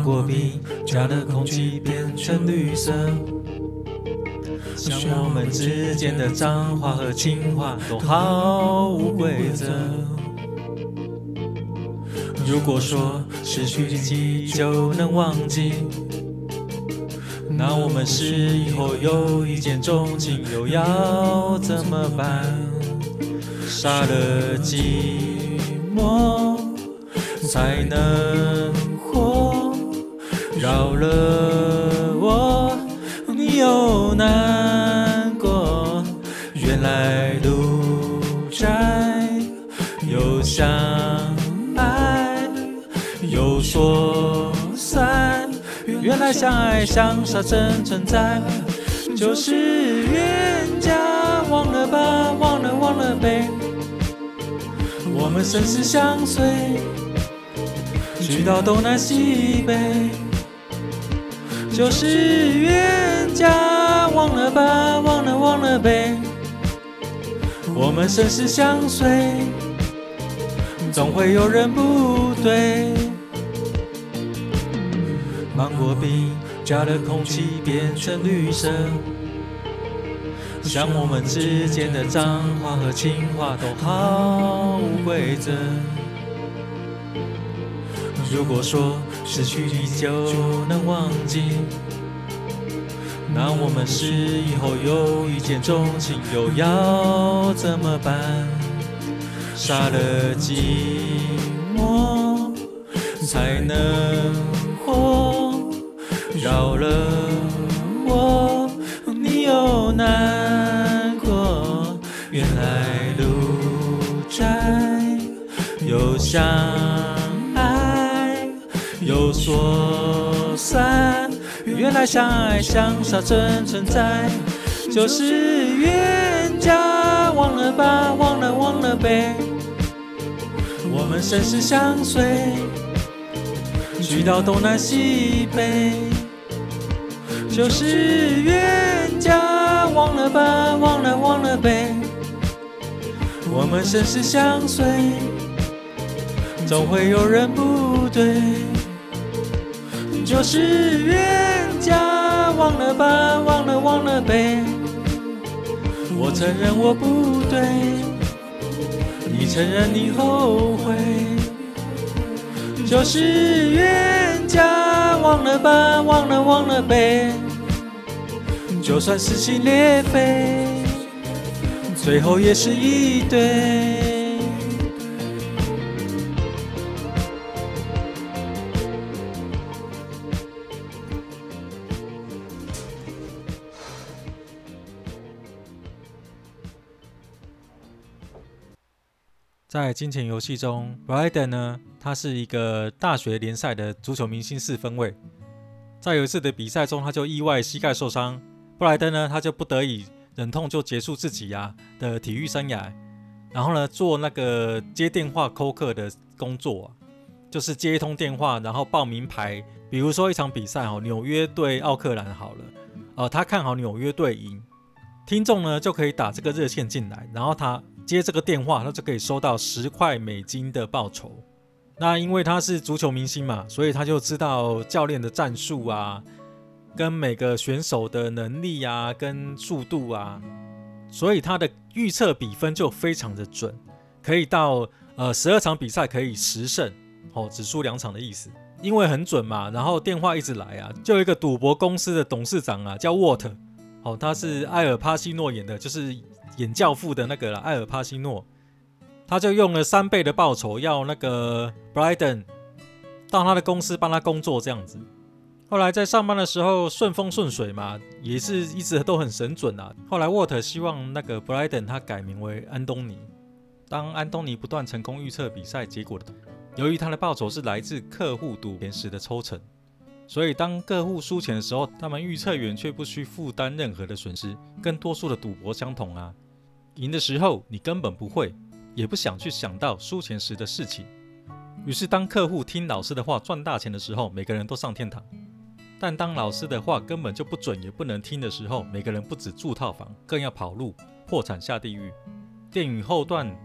果冰加了空气变成绿色，像我们之间的脏话和情话都毫无规则。如果说失去记忆就能忘记，那我们是以后有一见钟情又要怎么办？杀了寂寞才能活，饶了我你又难过。原来路窄又相爱又说散，原来相爱相杀真存在，就是冤家。忘了吧，忘了呗，我们生死相随，去到东南西北，就是冤家。忘了吧，忘了呗，我们生死相随，总会有人不对。芒果冰加了空气变成绿色，像我们之间的脏话和情话都毫无规则。如果说失去你就能忘记，那我们是以后有一见钟情又要怎么办？杀了寂寞才能活，饶了我你又难过。原来路窄又相爱又说散，原来相爱相杀真存在，就是冤家。忘了吧，忘了呗，我们生死相随，去到东南西北，就是冤家。忘了吧，忘了呗，我们生死相随，总会有人不对，就是冤家。忘了吧，忘了呗，我承认我不对，你承认你后悔，就是冤家。忘了吧，忘了呗，就算撕心裂肺，最后也是一对。在金钱游戏中 Bryden 呢，他是一个大学联赛的足球明星4分卫。在有一次的比赛中，他就意外膝盖受伤，布莱登呢，他就不得已忍痛就结束自己的体育生涯，然后呢做那个接电话扣客的工作就是接一通电话，然后报名牌，比如说一场比赛纽约对奥克兰好了，他看好纽约队赢，听众呢就可以打这个热线进来，然后他接这个电话，他就可以收到$10的报酬。那因为他是足球明星嘛，所以他就知道教练的战术跟每个选手的能力跟速度所以他的预测比分就非常的准，可以到12场比赛可以10胜，只输2场的意思。因为很准嘛，然后电话一直来就有一个赌博公司的董事长叫沃特，他是艾尔帕西诺演的，就是演教父的那个艾尔帕西诺，他就用了3倍的报酬要那个 Bryden 到他的公司帮他工作这样子。后来在上班的时候顺风顺水嘛，也是一直都很神准后来沃特希望那个 Bryden 他改名为安东尼，当安东尼不断成功预测比赛结果的，由于他的报酬是来自客户赌钱时的抽成，所以当客户输钱的时候，他们预测员却不需负担任何的损失，跟多数的赌博相同赢的时候你根本不会也不想去想到输钱时的事情。于是当客户听老师的话赚大钱的时候，每个人都上天堂，但当老师的话根本就不准也不能听的时候，每个人不止住套房，更要跑路，破产下地狱。电影后段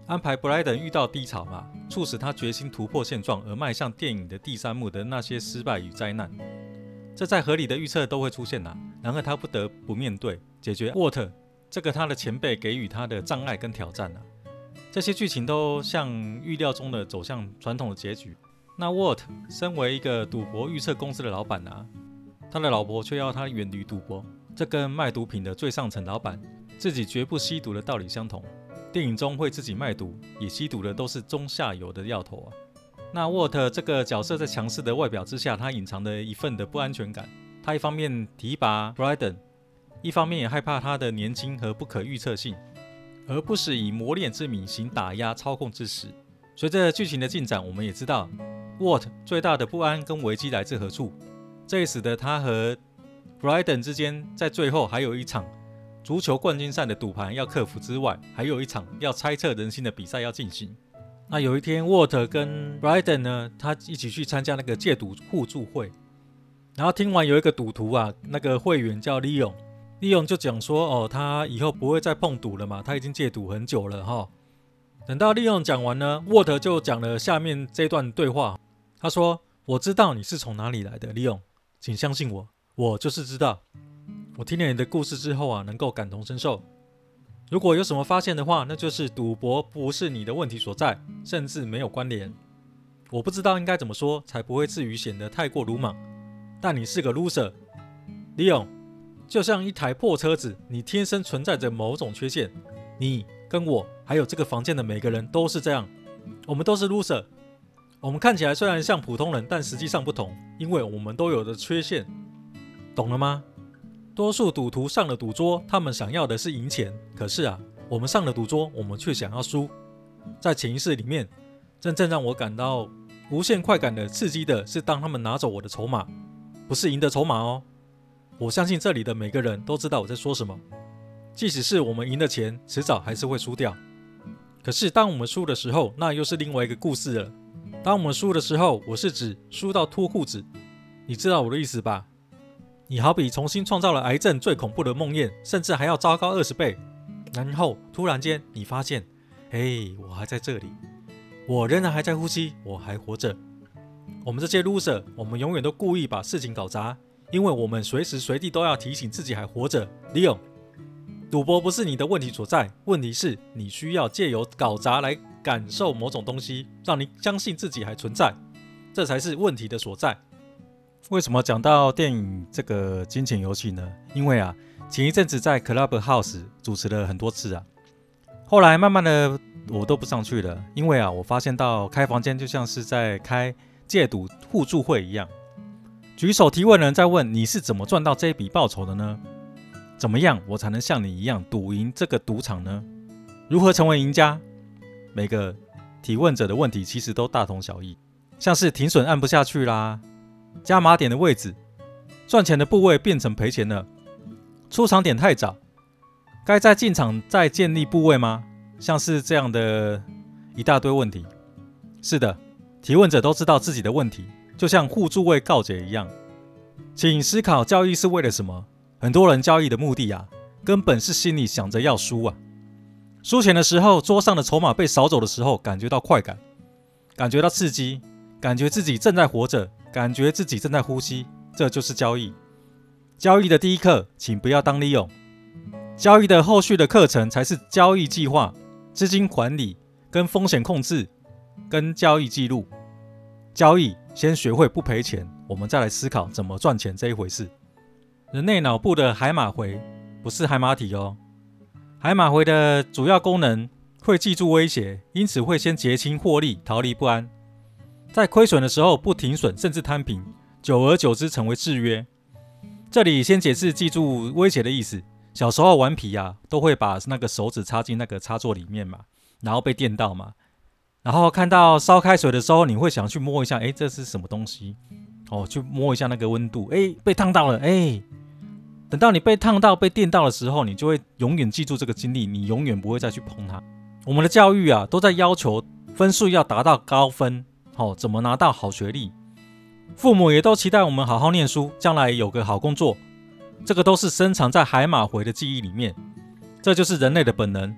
安排布莱登遇到低潮嘛，促使他决心突破现状，而迈向电影的第3幕的那些失败与灾难。这在合理的预测都会出现然而他不得不面对解决沃特这个他的前辈给予他的障碍跟挑战这些剧情都像预料中的走向传统的结局。那沃特身为一个赌博预测公司的老板他的老婆却要他远离赌博，这跟卖毒品的最上层老板自己绝不吸毒的道理相同。电影中会自己卖毒也吸毒的都是中下游的药头那沃特这个角色在强势的外表之下，他隐藏了一份的不安全感。他一方面提拔 Bryden， 一方面也害怕他的年轻和不可预测性，而不是以磨练之名行打压操控之实。随着剧情的进展，我们也知道 Walt 最大的不安跟危机来自何处，这也使得他和 Bryden 之间在最后还有一场足球冠军赛的赌盘要克服之外，还有一场要猜测人心的比赛要进行。那有一天 Walt 跟 Bryden 呢，他一起去参加那个戒赌互助会，然后听完有一个赌徒那个会员叫 Leon 就讲说他以后不会再碰赌了嘛，他已经戒赌很久了等到 Leon 讲完呢， Walt 就讲了下面这段对话。他说：我知道你是从哪里来的 Leon， 请相信我，我就是知道。我听了你的故事之后能够感同身受。如果有什么发现的话，那就是赌博不是你的问题所在，甚至没有关联。我不知道应该怎么说才不会至于显得太过鲁莽，但你是个 loser， Leon， 就像一台破车子，你天生存在着某种缺陷。你跟我还有这个房间的每个人都是这样，我们都是 loser。我们看起来虽然像普通人，但实际上不同，因为我们都有着缺陷，懂了吗？多数赌徒上了赌桌，他们想要的是赢钱，可是我们上了赌桌，我们却想要输。在潜意识里面，真正让我感到无限快感的刺激的是，当他们拿走我的筹码，不是赢的筹码哦。我相信这里的每个人都知道我在说什么。即使是我们赢的钱，迟早还是会输掉。可是当我们输的时候，那又是另外一个故事了。当我们输的时候，我是指输到脱裤子，你知道我的意思吧？你好比重新创造了癌症最恐怖的梦魇，甚至还要糟糕20倍，然后突然间你发现，我还在这里，我仍然还在呼吸，我还活着。我们这些 loser， 我们永远都故意把事情搞砸，因为我们随时随地都要提醒自己还活着。Leon， 赌博不是你的问题所在，问题是你需要借由搞砸来感受某种东西，让你相信自己还存在，这才是问题的所在。为什么讲到电影这个金钱游戏呢？因为前一阵子在 Clubhouse 主持了很多次后来慢慢的我都不上去了，因为我发现到开房间就像是在开戒赌互助会一样，举手提问的人在问你是怎么赚到这一笔报酬的呢？怎么样我才能像你一样赌赢这个赌场呢？如何成为赢家？每个提问者的问题其实都大同小异，像是停损按不下去啦，加码点的位置，赚钱的部位变成赔钱了，出场点太早，该在进场再建立部位吗？像是这样的一大堆问题。是的，提问者都知道自己的问题，就像互助位告解一样。请思考交易是为了什么？很多人交易的目的根本是心里想着要输输钱的时候，桌上的筹码被扫走的时候，感觉到快感，感觉到刺激，感觉自己正在活着，感觉自己正在呼吸，这就是交易。交易的第一课，请不要当利用。交易的后续的课程才是交易计划、资金管理、跟风险控制、跟交易记录。交易先学会不赔钱，我们再来思考怎么赚钱这一回事。人类脑部的海马回不是海马体哦。海马回的主要功能会记住威胁，因此会先结清获利，逃离不安。在亏损的时候不停损，甚至摊平，久而久之成为制约。这里先解释记住威胁的意思。小时候顽皮都会把那个手指插进那个插座里面嘛，然后被电到嘛，然后看到烧开水的时候，你会想去摸一下，这是什么东西？去摸一下那个温度，被烫到了，等到你被烫到、被电到的时候，你就会永远记住这个经历，你永远不会再去碰它。我们的教育都在要求分数要达到高分，怎么拿到好学历？父母也都期待我们好好念书，将来有个好工作。这个都是深藏在海马回的记忆里面，这就是人类的本能。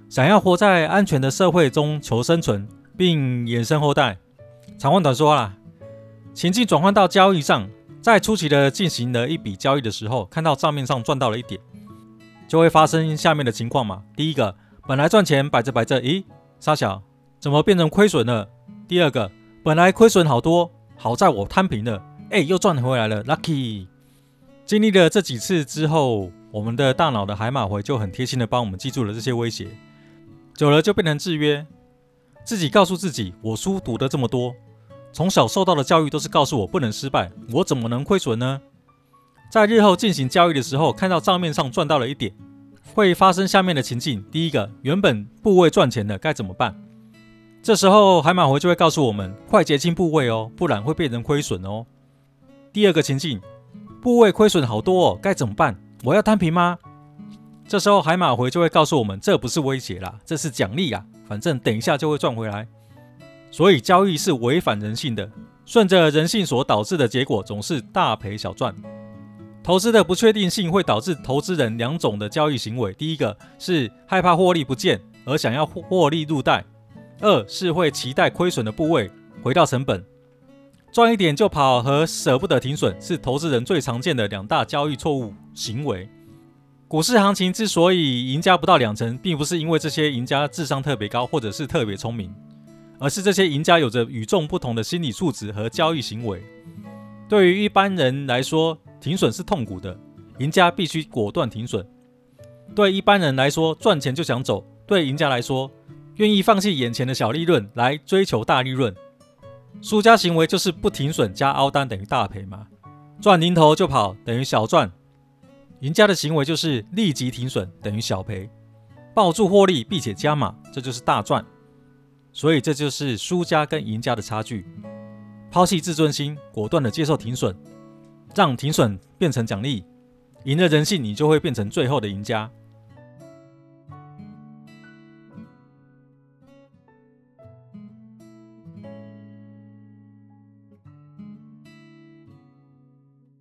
想要活在安全的社会中求生存，并衍生后代。长话短说啦，情境转换到交易上，在初期的进行了一笔交易的时候，看到账面上赚到了一点，就会发生下面的情况嘛。第一个，本来赚钱摆着摆着，咦，傻小，怎么变成亏损了？第二个，本来亏损好多，好在我摊平了，又赚回来了 ，lucky。经历了这几次之后，我们的大脑的海马回就很贴心的帮我们记住了这些威胁，久了就变成制约，自己告诉自己，我书读得这么多，从小受到的教育都是告诉我不能失败，我怎么能亏损呢？在日后进行交易的时候，看到账面上赚到了一点，会发生下面的情境。第一个，原本部位赚钱的该怎么办？这时候海马回就会告诉我们，快结清部位哦，不然会变成亏损哦。第二个情境，部位亏损好多哦，该怎么办？我要摊平吗？这时候海马回就会告诉我们，这不是威胁啦，这是奖励啦，反正等一下就会赚回来。所以交易是违反人性的，顺着人性所导致的结果总是大赔小赚。投资的不确定性会导致投资人两种的交易行为，第一个是害怕获利不见而想要获利入袋，二是会期待亏损的部位回到成本。赚一点就跑和舍不得停损是投资人最常见的两大交易错误行为。股市行情之所以赢家不到20%，并不是因为这些赢家智商特别高或者是特别聪明，而是这些赢家有着与众不同的心理素质和交易行为。对于一般人来说，停损是痛苦的，赢家必须果断停损。对一般人来说，赚钱就想走，对赢家来说，愿意放弃眼前的小利润来追求大利润。输家行为就是不停损加凹单等于大赔嘛，赚零头就跑等于小赚。赢家的行为就是立即停损等于小赔，抱住获利并且加码，这就是大赚。所以这就是输家跟赢家的差距。抛弃自尊心，果断的接受停损，让停损变成奖励，赢了人性，你就会变成最后的赢家。